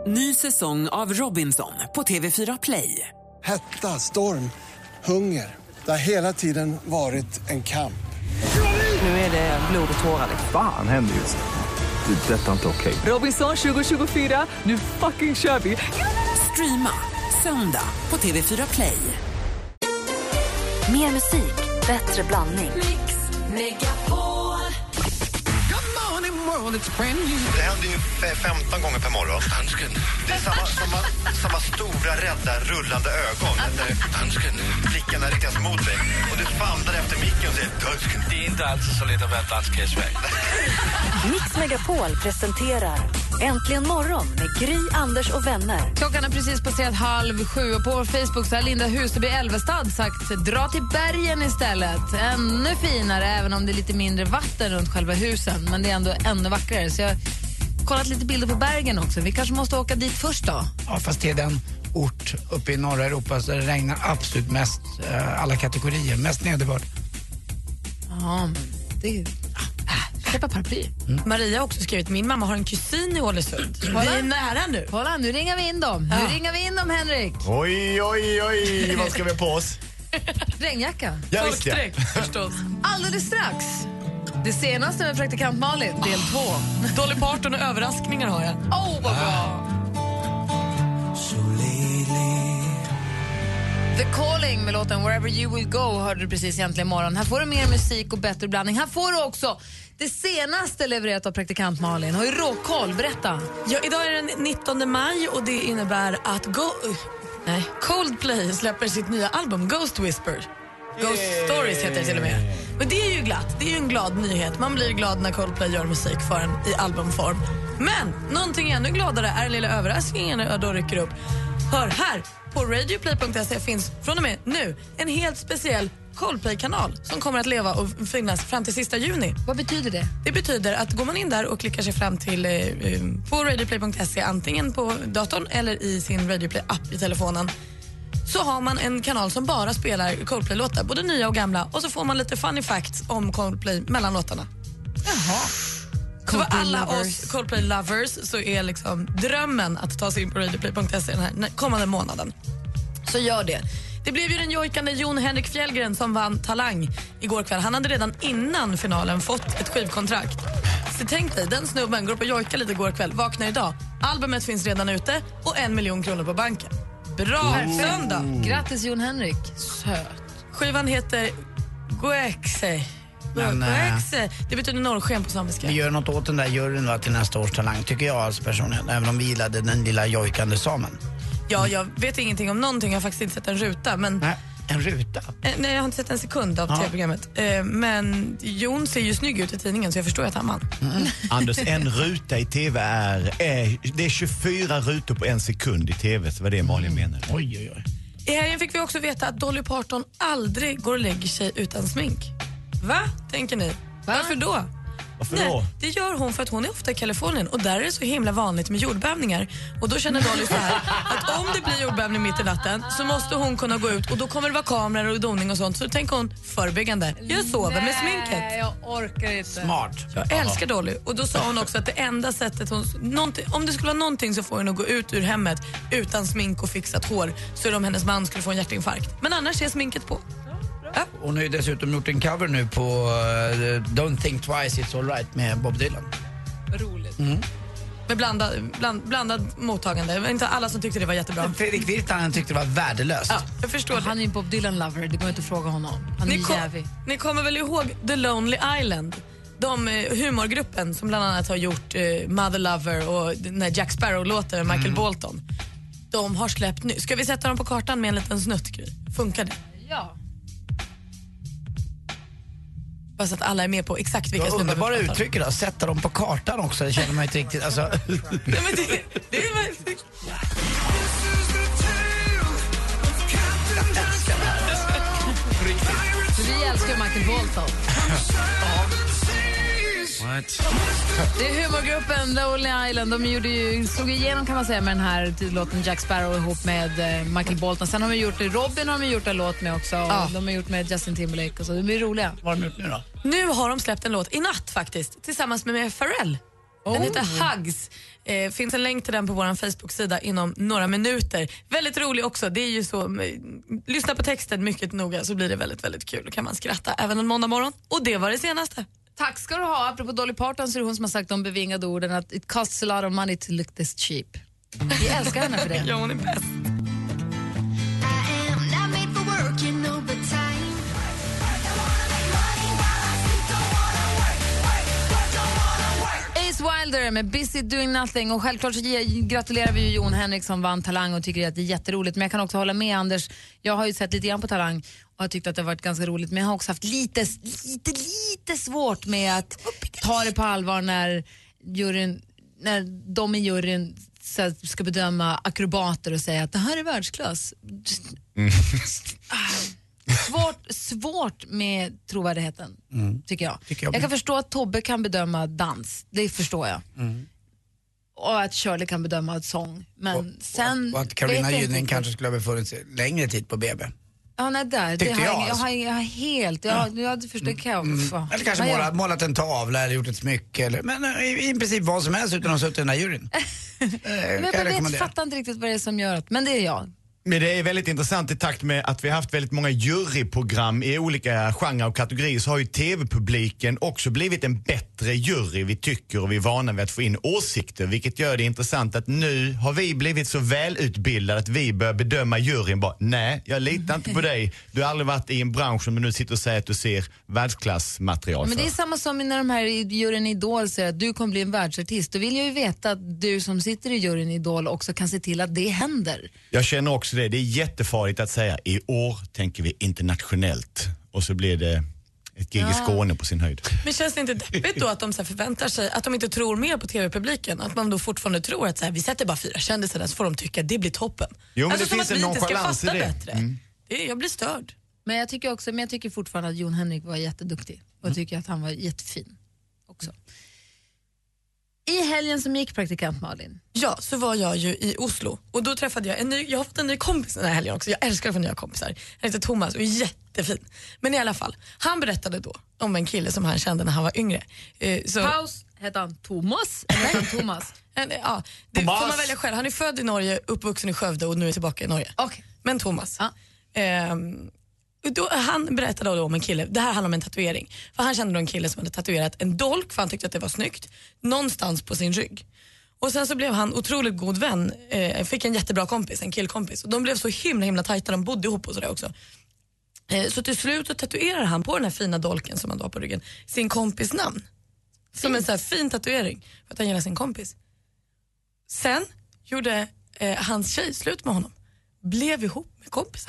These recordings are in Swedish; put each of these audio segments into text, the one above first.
Ny säsong av Robinson på TV4 Play. Hetta, storm, hunger. Det har hela tiden varit en kamp. Nu är det blod och tårar. Fan händer just nu. Det. Detta är inte okej. Robinson 2024, nu fucking kör vi. Streama söndag på TV4 Play. Mer musik, bättre blandning. Mix Megapol. Det händer ju 15 gånger per morgon. Dansken. Det är samma stora, rädda, rullande ögon. Dansken. Blickarna riktas mot dig. Och du famlar efter micken och säger dansken. Det är inte alltid så lätt att vara dansk i Sverige. Mix Megapol presenterar Äntligen morgon med Gry, Anders och vänner. Klockan är precis passerat 6:30 och på Facebook så har Linda Huseby Elvestad sagt dra till bergen istället. Ännu finare, även om det är lite mindre vatten runt själva husen. Men det är ändå ännu vackrare. Så jag har kollat lite bilder på bergen också. Vi kanske måste åka dit först då. Ja, fast det är den ort uppe i norra Europa så det regnar absolut mest, alla kategorier, mest nederbörd. Ja, men det är... Köpa paraply. Maria har också skrivit, min mamma har en kusin i Ålesund. Vi är nära nu. Kolla, nu ringer vi in dem. Nu ringer vi in dem, Henrik. Oj, vad ska vi ha på oss? Regnjacka. Ja, visst, ja. Förstås. Alldeles strax. Det senaste med praktikant Malin, del 2. Dolly Parton och överraskningar har jag. Vad bra. The Calling med låten Wherever You Will Go hörde du precis egentligen imorgon. Här får du mer musik och bättre blandning. Här får du också det senaste levererat av praktikant Malin. Har ju råkoll, berätta. Ja, idag är det den 19 maj och det innebär att Coldplay släpper sitt nya album Ghost Whisper. Ghost Stories heter det till och med. Men det är ju glatt, det är ju en glad nyhet. Man blir glad när Coldplay gör musik för en i albumform. Men någonting ännu gladare är den lilla överraskningen när då rycker upp. Hör här, på radioplay.se finns från och med nu en helt speciell Coldplay-kanal som kommer att leva och finnas fram till sista juni. Vad betyder det? Det betyder att går man in där och klickar sig fram till på radioplay.se antingen på datorn eller i sin Radioplay-app i telefonen så har man en kanal som bara spelar Coldplay-låtar, både nya och gamla, och så får man lite funny facts om Coldplay mellan låtarna. Jaha. Så för alla oss Coldplay-lovers så är liksom drömmen att ta sig in på radioplay.se den här kommande månaden. Så gör det. Det blev ju den jojkande Jon Henrik Fjällgren som vann Talang igår kväll. Han hade redan innan finalen fått ett skivkontrakt. Så tänk dig, den snubben går upp och jojkar lite igår kväll, vaknar idag. Albumet finns redan ute och 1 miljon kronor på banken. Bra söndag. Grattis Jon Henrik. Söt. Skivan heter Goexe. Det betyder norrsken på samiska. Vi gör något åt den där juryn till nästa års Talang, tycker jag alltså personligen. Även om vi gillade den lilla jojkande samen. Ja, jag vet ingenting om någonting. Jag har faktiskt inte sett en ruta. Men... Nej, en ruta? Nej, jag har inte sett en sekund av tv-programmet. Men Jon ser ju snygg ut i tidningen så jag förstår att han vann. Anders, en ruta i tv det är 24 rutor på en sekund i tv, så vad det är Malin menar. Oj. I helgen fick vi också veta att Dolly Parton aldrig går och lägger sig utan smink. Va? Tänker ni? Varför då? Varför då? Det gör hon för att hon är ofta i Kalifornien och där är det så himla vanligt med jordbävningar. Och då känner Dolly så här att om det blir jordbävning mitt i natten så måste hon kunna gå ut och då kommer det vara kameror och doning och sånt. Så tänker hon förebyggande. Jag sover med sminket. Nej, jag orkar inte. Smart. Jag älskar Dolly. Och då sa hon också att det enda sättet om det skulle vara någonting så får hon att gå ut ur hemmet utan smink och fixat hår, så är det om hennes man skulle få en hjärtinfarkt. Men annars är sminket på. Ja. Hon har ju dessutom gjort en cover nu på Don't Think Twice It's All Right med Bob Dylan. Roligt. Med blandad mottagande. Det var inte alla som tyckte det var jättebra. Fredrik Virtanen tyckte det var värdelöst. Ja, jag förstår. Han är ju en Bob Dylan-lover, det går inte att fråga honom. Han är jävig. Ni kommer väl ihåg The Lonely Island? De humorgruppen som bland annat har gjort Mother Lover och den där Jack Sparrow-låten med Michael Bolton. De har släppt nu. Ska vi sätta dem på kartan med en liten snuttgrej? Funkar det? Ja. Bara så att alla är med på exakt vilka snubbar. Underbara uttryck då. Sätta dem på kartan också, det känner man inte riktigt. Alltså. Nej, men det är verkligen... Vi älskar ju Michael Bolton. Det är humorgruppen Lonely Island. De slog igenom kan man säga med den här låten Jack Sparrow ihop med Michael Bolton. Sen har de gjort Robin har de gjort en låt med också. Och de har gjort med Justin Timberlake och så. De är roliga. Vad har de gjort nu då? Nu har de släppt en låt i natt faktiskt tillsammans med Pharrell. Den heter Hugs. Finns en länk till den på vår Facebook-sida inom några minuter. Väldigt rolig också. Det är ju så, lyssna på texten mycket noga så blir det väldigt, väldigt kul. Då kan man skratta även en måndag morgon. Och det var det senaste. Tack ska du ha. Apropå Dolly Parton så är det hon som har sagt de bevingade orden att it costs a lot of money to look this cheap. Vi älskar henne för det. Ja, hon är bäst. Wilder med Busy Doing Nothing och självklart så gratulerar vi ju Jon Henrik som vann Talang och tycker att det är jätteroligt, men jag kan också hålla med Anders. Jag har ju sett lite grann på Talang och har tyckt att det har varit ganska roligt, men jag har också haft lite svårt med att ta det på allvar när de i juryn ska bedöma akrobater och säga att det här är världsklass. Svårt med trovärdigheten, tycker jag. Jag kan förstå att Tobbe kan bedöma dans, det förstår jag. Och att Shirley kan bedöma sång. Men sen och att Carolina Gynning kanske skulle ha befunnit sig längre tid på BB. Ja, nej, där. Det har jag helt... Jag förstår eller kanske målat en tavla eller gjort ett smycke. Men i princip vad som helst utan att ha suttit i den här juryn. Jag fattar inte riktigt vad det är som gör att... Men det är jag. Men det är väldigt intressant i takt med att vi har haft väldigt många juryprogram i olika genrer och kategorier, så har ju tv-publiken också blivit en bättre jury, vi tycker, och vi är vana vid att få in åsikter, vilket gör det intressant att nu har vi blivit så välutbildade att vi bör bedöma juryn bara, nej, jag litar inte på dig, du har aldrig varit i en bransch men nu sitter och säger att du ser världsklassmaterial. Men det är samma som när de här i juryn Idol säger att du kommer bli en världsartist. Då vill jag ju veta att du som sitter i juryn Idol också kan se till att det händer. Jag känner också det är jättefarligt att säga i år tänker vi internationellt och så blir det ett gig i Skåne på sin höjd. Men känns det inte deppigt då att de så här förväntar sig att de inte tror mer på tv-publiken? Att man då fortfarande tror att så här, vi sätter bara 4 kändisar där så får de tycka att det blir toppen. Jo, men alltså det som finns att vi en inte ska fatta det. bättre. Jag blir störd. Men jag tycker fortfarande att Jon Henrik var jätteduktig och tycker att han var jättefin också. I helgen som gick, praktikant Malin. Ja, så var jag ju i Oslo och då träffade jag har fått en ny kompis den här helgen också. Jag älskar att få nya kompisar. Han heter Thomas och är jättefin. Men i alla fall, han berättade då om en kille som han kände när han var yngre. Paus, hette han Thomas? Eller hette han Thomas? Ja, det Thomas. Får man välja själv. Han är född i Norge, uppvuxen i Skövde och nu är tillbaka i Norge. Okay. Men Thomas. Han berättade då om en kille, det här handlar om en tatuering. För han kände då en kille som hade tatuerat en dolk för han tyckte att det var snyggt någonstans på sin rygg. Och sen så blev han otroligt god vän, fick en jättebra kompis, en killkompis. Och de blev så himla tajta, de bodde ihop och sådär också. Så till slut så tatuerar han på den här fina dolken som han har på ryggen sin kompis namn. Som en så här fin tatuering för att han gillar sin kompis. Sen gjorde hans tjej slut med honom. Blev ihop med kompisen.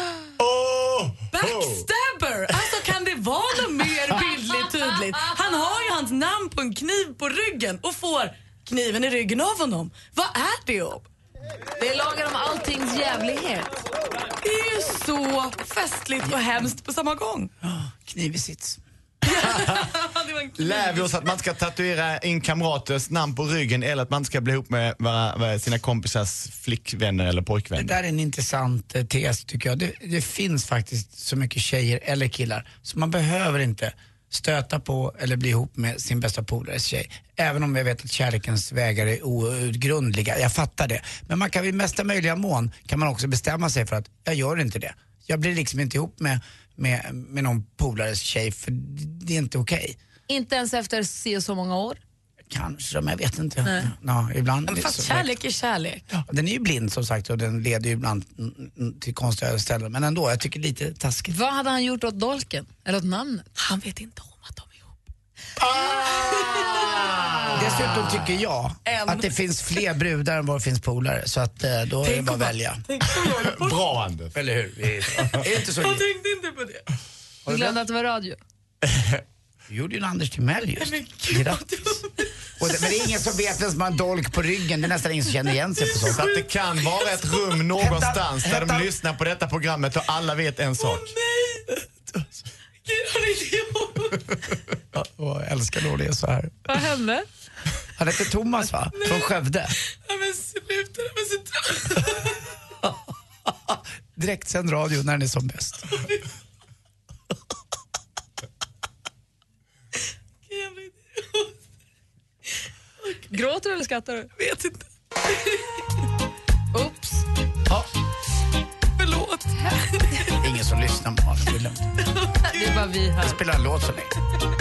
Backstabber! Alltså kan det vara något mer bildligt tydligt? Han har ju hans namn på en kniv på ryggen och får kniven i ryggen av honom. Vad är det om? Det är lagar om alltings jävlighet. Det är ju så festligt och hemskt på samma gång. Kniv i sits. Lär vi oss att man ska tatuera in kamraters namn på ryggen eller att man ska bli ihop med sina kompisars flickvänner eller pojkvänner? Det där är en intressant tes tycker jag. Det finns faktiskt så mycket tjejer eller killar så man behöver inte stöta på eller bli ihop med sin bästa polares tjej. Även om jag vet att kärlekens vägar är outgrundliga. Jag fattar det. Men man kan vid mesta möjliga mån kan man också bestämma sig för att jag gör inte det. Jag blir liksom inte ihop med någon polares tjej för det är inte okej. Inte ens efter så många år? Kanske, men jag vet inte. Ja, ibland. Men fast kärlek är kärlek. Ja, den är ju blind som sagt och den leder ju ibland till konstiga ställen. Men ändå, jag tycker lite taskigt. Vad hade han gjort åt dolken? Eller åt namnet? Han vet inte om att de är ihop. Dessutom tycker jag att det finns fler brudar än vad det finns polare. Så att då är det bara att välja. Bra, Anders. Eller hur? Är det inte så? Jag tänkte inte på det. Du glömde att det var radio. Du gjorde ju en Anders Timell just. Grattis. Men det är ingen som vet vem som har en dolk på ryggen. Det är nästan ingen som känner igen sig på sånt. Så att det kan vara ett rum någonstans där de lyssnar på detta programmet och alla vet en sak. Jag älskar då det är så här. Vad hände? Han heter Thomas va? Från Skövde. Ja men sluta, Direktsänd radio när den är som bäst. skrattar du? Jag vet inte. Oops. Ja. Förlåt. Ingen som lyssnar på oss. Det är bara vi här. Jag spelar en låt så länge.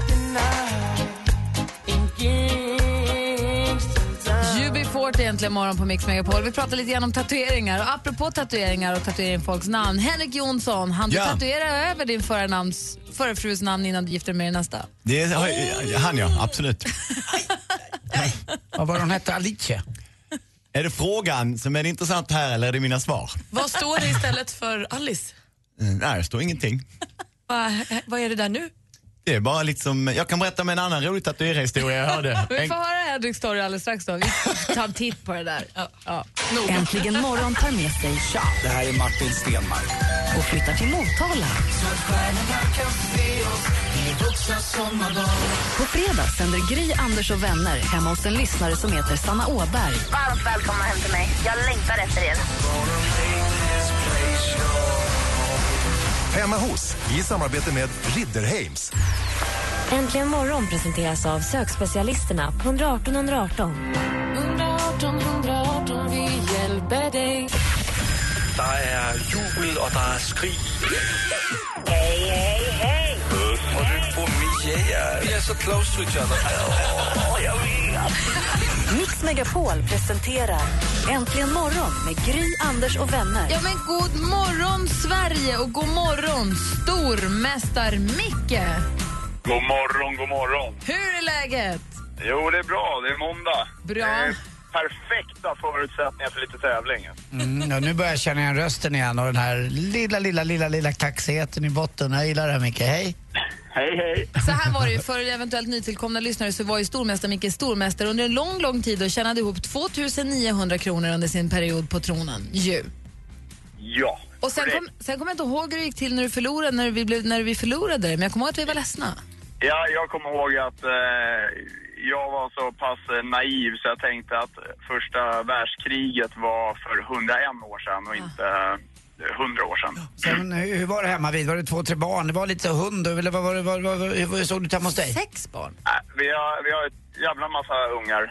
UB40 egentligen morgon på Mix Megapol. Vi pratar lite grann om tatueringar. Och apropå tatueringar och tatuering folks namn. Henrik Jonsson, han du tatuera över din förra frus namn innan du gifte dig med din nästa? Det han ja, absolut. Vad var hon hette? Alicia? Är det frågan som är det intressant här eller är det mina svar? Vad står det istället för Alice? Nej, det står ingenting. Vad är det där nu? Det är bara liksom, jag kan berätta med en annan rolig tatueringshistoria jag hörde. Vi får höra Henriks story alldeles strax då. Vi tar en titt på det där. Ja. Äntligen morgon tar med sig Det här är Martin Stenmark. och flyttar till Motala. På fredag sänder Gry, Anders och vänner hemma hos en lyssnare som heter Sanna Åberg. Varmt välkomna hem till mig. Jag längtar efter er. Hemma hos, i samarbete med Ridderheims. Äntligen morgon presenteras av sökspecialisterna på 118 118. 118 118, vi hjälper dig. Der er jubel og der er skrig. Hej, hej, hej. Og du får mig. Vi är så close to each other. Jag vet. Mix Megapol presenterar Äntligen morgon med Gry, Anders och vänner. Ja, men god morgon Sverige och god morgon stormästar Micke. God morgon, god morgon. Hur är läget? Jo, det är bra. Det är måndag. Bra. Perfekta förutsättningar för lite tävling. Ja, nu börjar jag känna igen rösten igen och den här lilla kaxigheten i botten. Jag gillar det här, Micke. Hej. Hej, hej. Så här var det ju, för eventuellt nytillkomna lyssnare så var ju stormästare Micke stormästare under en lång tid och tjänade ihop 2900 kronor under sin period på tronen. Ja. Och sen kom jag inte ihåg hur det gick till när du förlorade, när vi förlorade det, men jag kommer ihåg att vi var ledsna. Ja, jag kommer ihåg att jag var så pass naiv så jag tänkte att första världskriget var för 101 år sedan och inte 100 år sedan. Sen, hur var det hemma vid? Var det 2-3 barn? Det var lite hund, eller vad såg du hemma hos dig? 6 barn? Vi har ett jävla massa ungar.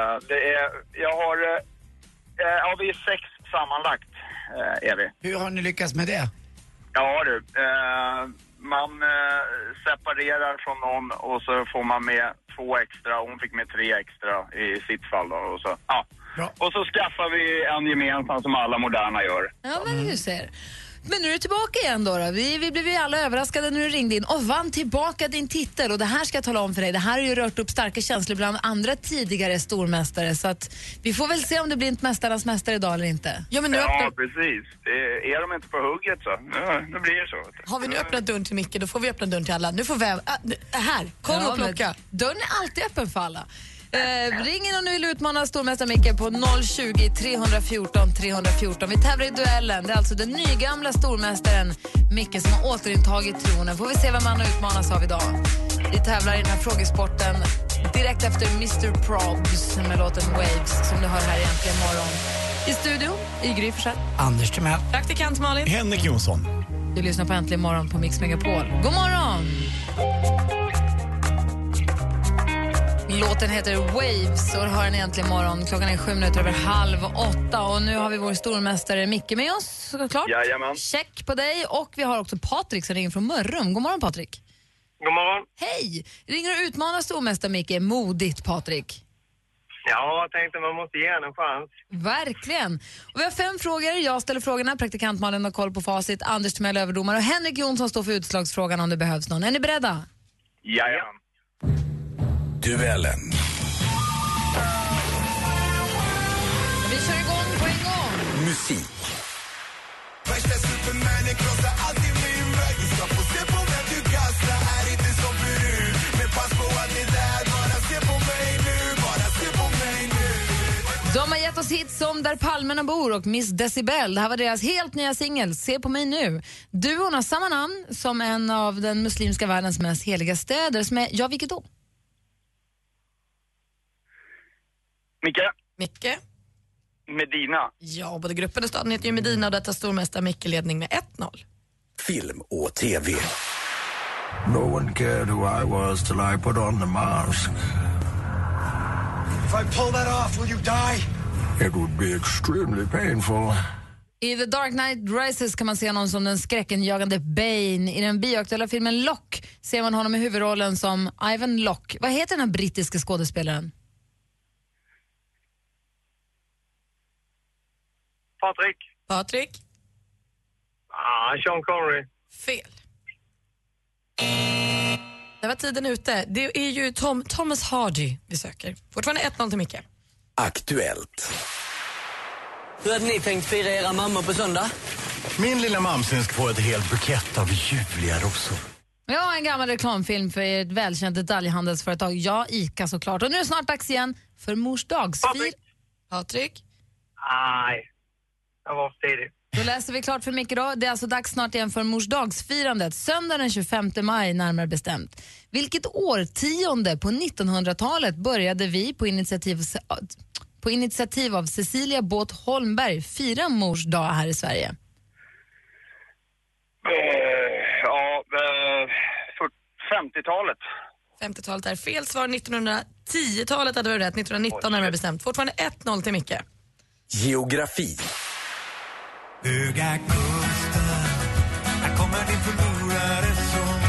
Vi är 6 sammanlagt, är vi. Hur har ni lyckats med det? Ja du, man separerar från någon och så får man med 2 extra. Hon fick med 3 extra i sitt fall då, och så, ja. Bra. Och så skaffar vi en gemensam som alla moderna gör. Ja, men du ser. Men nu är du tillbaka igen då. Vi blev ju alla överraskade när du ringde in och vann tillbaka din titel. Och det här ska jag tala om för dig. Det här har ju rört upp starka känslor bland andra tidigare stormästare. Så att vi får väl se om det blir inte mästarnas mästare idag eller inte. Ja, men precis. Är de inte på hugget så, nu blir det så. Har vi nu öppnat dörren till Micke, då får vi öppna dörren till alla. Nu får vi... här, kom och plocka. Dörren är alltid öppen för alla. Ring in om du vill utmana stormästare Micke på 020 314 314. Vi tävlar i duellen. Det är alltså den nygamla stormästaren Micke som har återintagit tronen. Får vi se vem man har utmanas av idag. Vi tävlar i den här frågesporten direkt efter Mr. Probs med låten Waves som du hör här egentligen imorgon. I studion, i Gry Forssell. Anders Timell. Praktikant Malin. Henrik Jonsson. Du lyssnar på Äntligen morgon på Mix Megapol. God morgon! Låten heter Waves och hör den egentligen imorgon. Klockan är 7:07 och nu har vi vår stormästare Micke med oss, såklart. Jajamän. Check på dig. Och vi har också Patrik som ringer från Mörrum. God morgon, Patrik. God morgon. Hej! Ringer och utmanar stormästare Micke. Modigt, Patrik. Ja, jag tänkte man måste ge en chans. Verkligen. Och vi har 5 frågor. Jag ställer frågorna. Praktikant Malin har koll på facit. Anders Timell överdomare och Henrik Jonsson står för utslagsfrågan om det behövs någon. Är ni beredda? Jajamän. Duellen. Vi kör igång på en gång. Musik. Värsta supermannen krossar alltid min väg. Du ska få se på vem du kastar. Är inte som förut. Men pass på att det där. Bara se på mig nu. Bara se på mig nu. De har gett oss hits som Där palmerna bor och Miss Decibel. Det här var deras helt nya singel, Se på mig nu. Duon har samma namn som en av den muslimska världens mest heliga städer som är, ja, vilket då? Micke. Medina. Ja, både gruppen och staden heter ju Medina och detta stormästare Micke ledning med 1-0. Film och TV. No one cared who I was till I put on the mask. If I pull that off, will you die? It would be extremely painful. I The Dark Knight Rises kan man se honom som den skräckenjagande Bane. I den bioaktuella filmen Lock ser man honom i huvudrollen som Ivan Locke. Vad heter den här brittiska skådespelaren? Patrik? Sean Connery. Fel. Det var tiden ute. Det är ju Thomas Hardy vi söker. Fortfarande 1-0 till Micke. Aktuellt. Hur hade ni tänkt fira era mamma på söndag? Min lilla mamsen ska få ett helt bukett av ljuvliga rosor. Ja, en gammal reklamfilm för ett välkänt detaljhandelsföretag. Ja, ICA såklart. Och nu är det snart dags igen för mors dagsfir. Patrik? Nej, jag var för tidig. Då läser vi klart för Micke då. Det är alltså dags snart igen för mors dagsfirandet. Söndag den 25 maj närmare bestämt. Vilket årtionde på 1900-talet började vi på initiativ av Cecilia Båth Holmberg fira mors dag här i Sverige? 50-talet. 50-talet är fel svar. 1910-talet hade varit rätt. 1919 närmare bestämt. Fortfarande 1-0 till Micke. Geografi. Höga kusten, här kommer din förlorade son.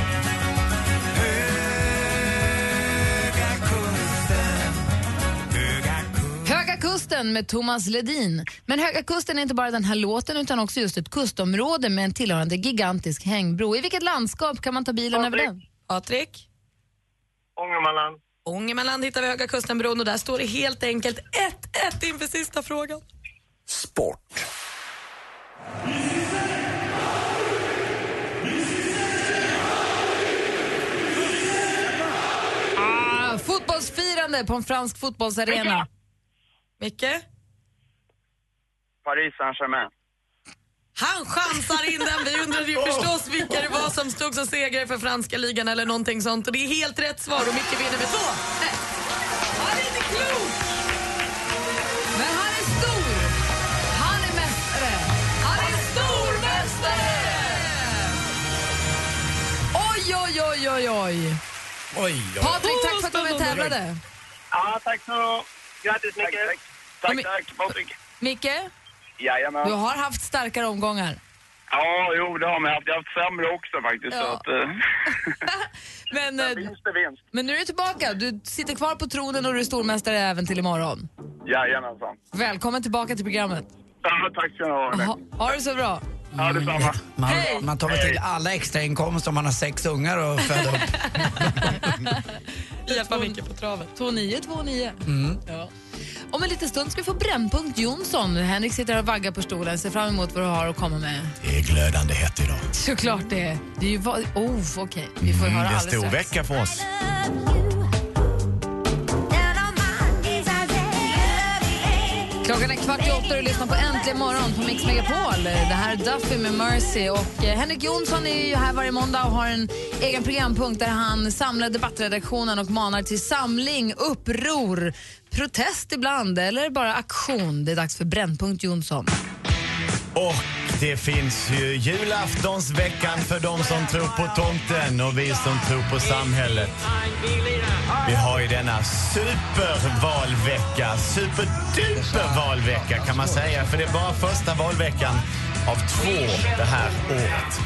Höga kusten, Höga kusten med Thomas Ledin. Men Höga kusten är inte bara den här låten utan också just ett kustområde med en tillhörande gigantisk hängbro. I vilket landskap kan man ta bilen över den? Patrik? Ångermanland. Ångermanland hittar vi Höga kustenbron och där står det helt enkelt 1-1 inför sista frågan. Sport. Fotbollsfirande på en fransk fotbollsarena. Micke? Paris Saint-Germain. Han chansar in den. Vi undrade ju förstås vilka det var som stod som segrare för franska ligan eller någonting sånt. Och det är helt rätt svar och Micke vinner med 2-1. Han är inte klok! Men han är stor. Han är mästare. Han är stormästare! Oj, oj, oj, oj, oj. Patrik, tack för att du var med och tävlade. Ja, tack så. Grattis, Micke. Tack, Patrik. Micke? Jajamän. Du har haft starkare omgångar. Ja, jo, det har man haft. Jag har haft sämre också faktiskt. Ja. Så att, Men, vinst är vinst. Men nu är du tillbaka. Du sitter kvar på tronen och du är stormästare även till imorgon. Jajamensan. Välkommen tillbaka till programmet. Ja, tack ska ni ha. Ha det så bra. Ja, detsamma. Man tar väl till alla extra inkomster om man har 6 ungar och föda upp. Hjälpa Micke på travet. 2-9. Ja. Om en liten stund ska vi få Brännpunkt Jonsson. Henrik sitter och vaggar på stolen. Ser fram emot vad du har att komma med. Det är glödande hett idag. Såklart det är. Det är ju okej. Vi får höra det är alldeles stor strax. vecka för oss. Klockan är 7:15 och lyssnar på Äntligen morgon på Mix Megapol. Det här är Duffy med Mercy. Och Henrik Jonsson är ju här varje måndag och har en egen programpunkt där han samlar debattredaktionen och manar till samling, uppror, protest ibland eller bara aktion. Det är dags för Brännpunkt Jonsson. Och det finns ju julaftonsveckan för de som tror på tomten och vi som tror på samhället. Vi har ju denna supervalvecka, superdupervalvecka kan man säga. För det är bara första valveckan av 2 det här året.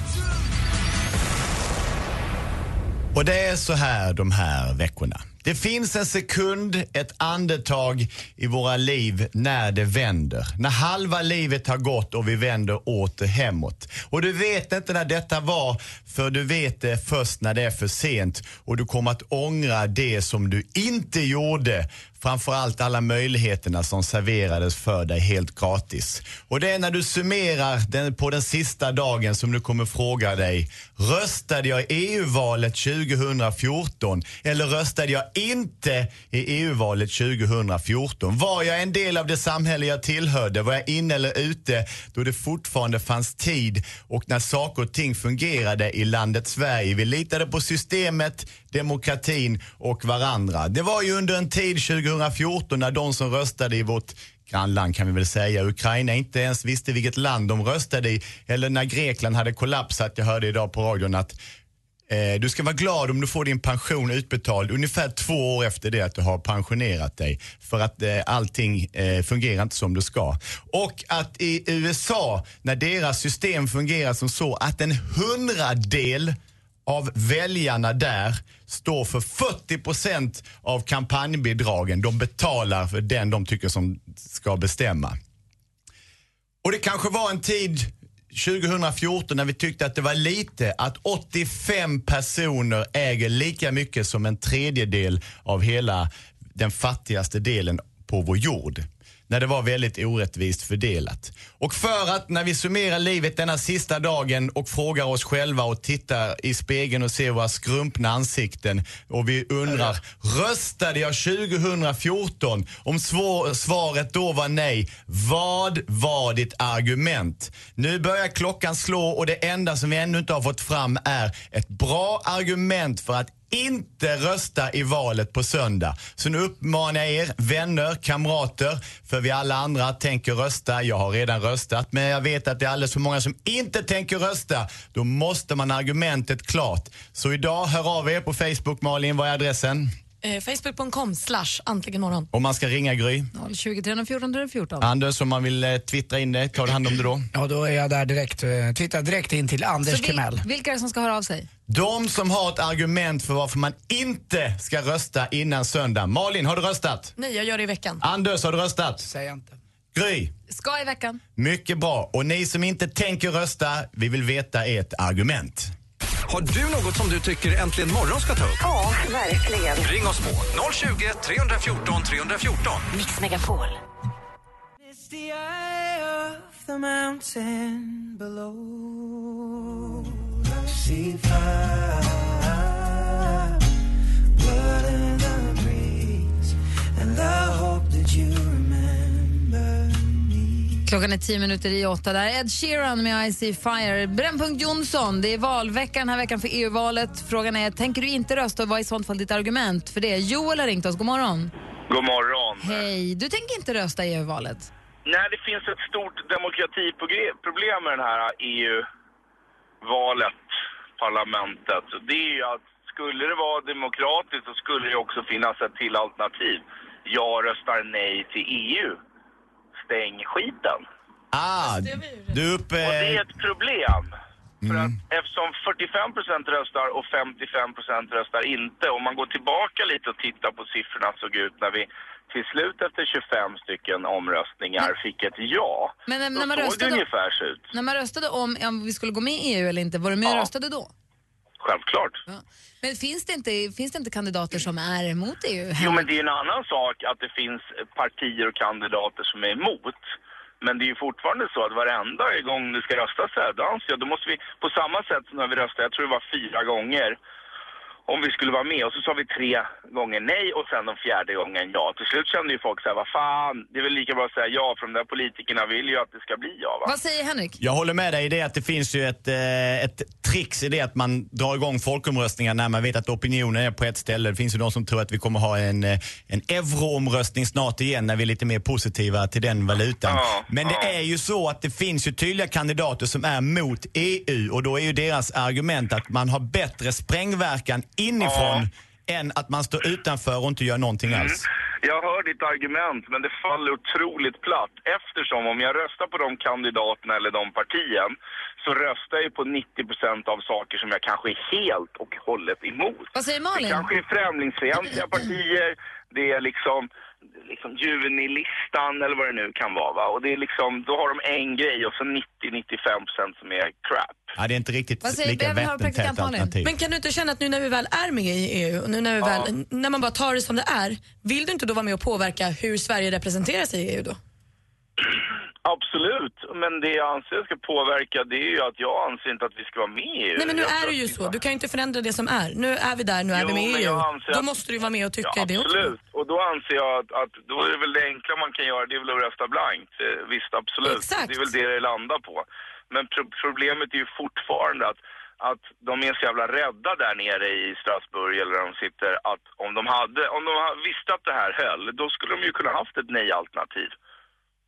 Och det är så här de här veckorna. Det finns en sekund, ett andetag i våra liv när det vänder. När halva livet har gått och vi vänder åter hemåt. Och du vet inte när detta var, för du vet det först när det är för sent. Och du kommer att ångra det som du inte gjorde. Framförallt alla möjligheterna som serverades för dig helt gratis. Och det är när du summerar på den sista dagen som du kommer fråga dig: röstade jag i EU-valet 2014 eller röstade jag inte i EU-valet 2014? Var jag en del av det samhälle jag tillhörde? Var jag inne eller ute då det fortfarande fanns tid och när saker och ting fungerade i landet Sverige? Vi litade på systemet, demokratin och varandra. Det var ju under en tid 2014 när de som röstade i vårt grannland, kan vi väl säga, Ukraina, inte ens visste vilket land de röstade i, eller när Grekland hade kollapsat. Jag hörde idag på radion att Du ska vara glad om du får din pension utbetald ungefär 2 år efter det att du har pensionerat dig. För att allting fungerar inte som det ska. Och att i USA, när deras system fungerar som så att en 100-del av väljarna där står för 40% av kampanjbidragen. De betalar för den de tycker som ska bestämma. Och det kanske var en tid 2014 när vi tyckte att det var lite att 85 personer äger lika mycket som en tredjedel av hela den fattigaste delen på vår jord. När det var väldigt orättvist fördelat. Och för att när vi summerar livet denna sista dagen och frågar oss själva och tittar i spegeln och ser våra skrumpna ansikten och vi undrar, röstade jag 2014? Om svaret då var nej, vad var ditt argument? Nu börjar klockan slå och det enda som vi ännu inte har fått fram är ett bra argument för att inte rösta i valet på söndag. Så nu uppmanar jag er, vänner, kamrater, för vi alla andra tänker rösta. Jag har redan röstat, men jag vet att det är alldeles för många som inte tänker rösta. Då måste man argumentet klart. Så idag, hör av er på Facebook, Malin, vad är adressen? Facebook.com/antligenmorgon. Om man ska ringa Gry? 020 314 314. Anders, om man vill twittra in det, tar du hand om det då? Ja, då är jag där direkt. Twittra direkt in till Anders Kemell. Vilka är det som ska höra av sig? De som har ett argument för varför man inte ska rösta innan söndag. Malin, har du röstat? Nej, jag gör det i veckan. Anders, har du röstat? Säger jag inte. Gry? Ska i veckan. Mycket bra. Och ni som inte tänker rösta, vi vill veta ert argument. Har du något som du tycker Äntligen morgon ska ta upp? Ja, verkligen. Ring oss på 020 314 314. Mix Megapol. It's the eye of the mountain below. See fire, blood in the breeze, and I hope that you remember me. Klockan är 10:10 där. Ed Sheeran med I See Fire. Brännpunkt Jonsson, det är valveckan den här veckan för EU-valet. Frågan är, tänker du inte rösta och vad är i sånt fall ditt argument för det? Joel har ringt oss, god morgon. God morgon. Hej, du tänker inte rösta i EU-valet? Nej, det finns ett stort demokratiproblem med den här EU-valet, parlamentet. Det är ju att skulle det vara demokratiskt så skulle det också finnas ett till alternativ. Jag röstar nej till EU. Stäng skiten. Du uppe... Och det är ett problem. För att eftersom 45% röstar och 55% röstar inte. Om man går tillbaka lite och tittar på siffrorna såg ut när vi till slut efter 25 stycken omröstningar fick ett ja. Men när man röstade, det ungefär så ut. När man röstade om vi skulle gå med i EU eller inte, var du med och röstade då? Självklart. Ja. Men finns det inte kandidater som är emot EU? Jo, men det är en annan sak att det finns partier och kandidater som är emot. Men det är ju fortfarande så att varenda gång det ska röstas här, då måste vi på samma sätt som när vi röstade, jag tror det var 4 gånger, om vi skulle vara med. Och så sa vi 3 gånger nej och sen de 4:e gången ja. Till slut kände ju folk så här, vad fan, det är väl lika bra att säga ja, för de där politikerna vill ju att det ska bli ja, va? Vad säger Henrik? Jag håller med dig i det att det finns ju ett trix i det att man drar igång folkomröstningar när man vet att opinionen är på ett ställe. Det finns ju de som tror att vi kommer ha en euroomröstning snart igen när vi är lite mer positiva till den valutan. Men det är ju så att det finns ju tydliga kandidater som är mot EU och då är ju deras argument att man har bättre sprängverkan inifrån än att man står utanför och inte gör någonting alls. Jag hör ditt argument, men det faller otroligt platt. Eftersom om jag röstar på de kandidaterna eller de partien så röstar jag på 90% av saker som jag kanske är helt och hållet emot. Vad säger Malin? Det kanske är främlingsfientliga partier, det är liksom junilistan eller vad det nu kan vara, va? Och det är liksom, då har de en grej och så 90-95% som är crap. Ja, det är inte riktigt lika vattentätt alternativ. Men kan du inte känna att nu när vi väl är med i EU och nu när vi när man bara tar det som det är, vill du inte då vara med och påverka hur Sverige representerar sig i EU då? Absolut, men det jag anser ska påverka det är ju att jag anser inte att vi ska vara med i EU. Nej, men nu är det ju så. Du kan ju inte förändra det som är. Nu är vi där, nu är vi med i EU. Då måste du vara med och tycka det också. Absolut, och då anser jag att då är det väl det enkla man kan göra, det är väl att rösta blankt. Visst, absolut. Exakt. Det är väl det landar på. Men problemet är ju fortfarande att de är så jävla rädda där nere i Strasbourg eller där de sitter, att om de visste att det här höll, då skulle de ju kunna haft ett nej-alternativ.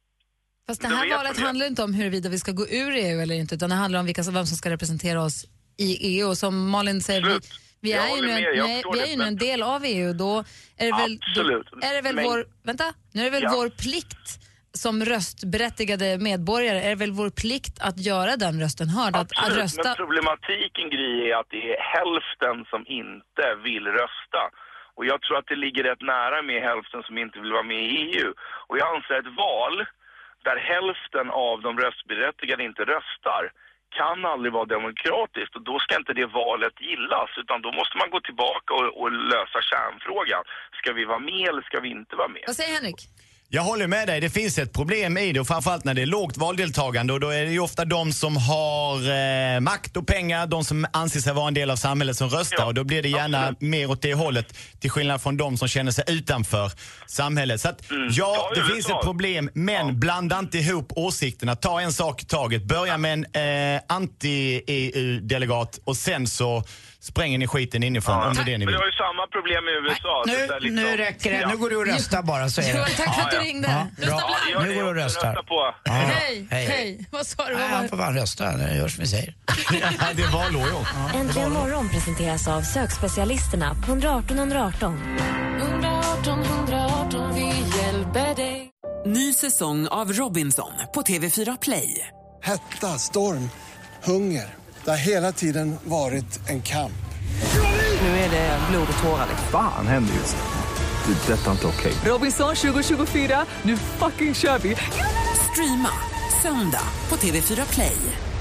Fast det här valet handlar inte om huruvida vi ska gå ur EU eller inte, utan det handlar om vem som ska representera oss i EU. Och som Malin säger, vi är ju nu en del av EU. Då är det väl, vår plikt som röstberättigade medborgare, är det väl vår plikt att göra den rösten hörd, att rösta. Men problematiken, Gry, är att det är hälften som inte vill rösta. Och jag tror att det ligger rätt nära med hälften som inte vill vara med i EU. Och jag anser ett val där hälften av de röstberättigade inte röstar kan aldrig vara demokratiskt. Och då ska inte det valet gillas, utan då måste man gå tillbaka och lösa kärnfrågan. Ska vi vara med eller ska vi inte vara med? Vad säger Henrik? Jag håller med dig, det finns ett problem i det, och framförallt när det är lågt valdeltagande, och då är det ju ofta de som har makt och pengar, de som anser sig vara en del av samhället som röstar, och då blir det gärna mer åt det hållet, till skillnad från de som känner sig utanför samhället. Så att, det finns ett problem, men blanda inte ihop åsikterna, ta en sak i taget, börja med en anti-EU-delegat och sen så spränger ni skiten inifrån om det är det ni vill. Men det har ju samma problem i USA. Nu räcker det. Nu går du och röstar bara, så är det. Tack för att du ringde. Nu går du och röstar. Hej. Vad sa du? Han får bara rösta, det görs som vi säger. Det är valår ju. Äntligen morgon presenteras av sökspecialisterna på 118 118. 118 118, vi hjälper dig. Ny säsong av Robinson på TV4 Play. Hetta, storm, hunger. Det har hela tiden varit en kamp. Nu är det blod och tårar. Fan händer just det. Detta är inte okej. Robinson 2024, nu fucking kör vi. Streama söndag på TV4 Play.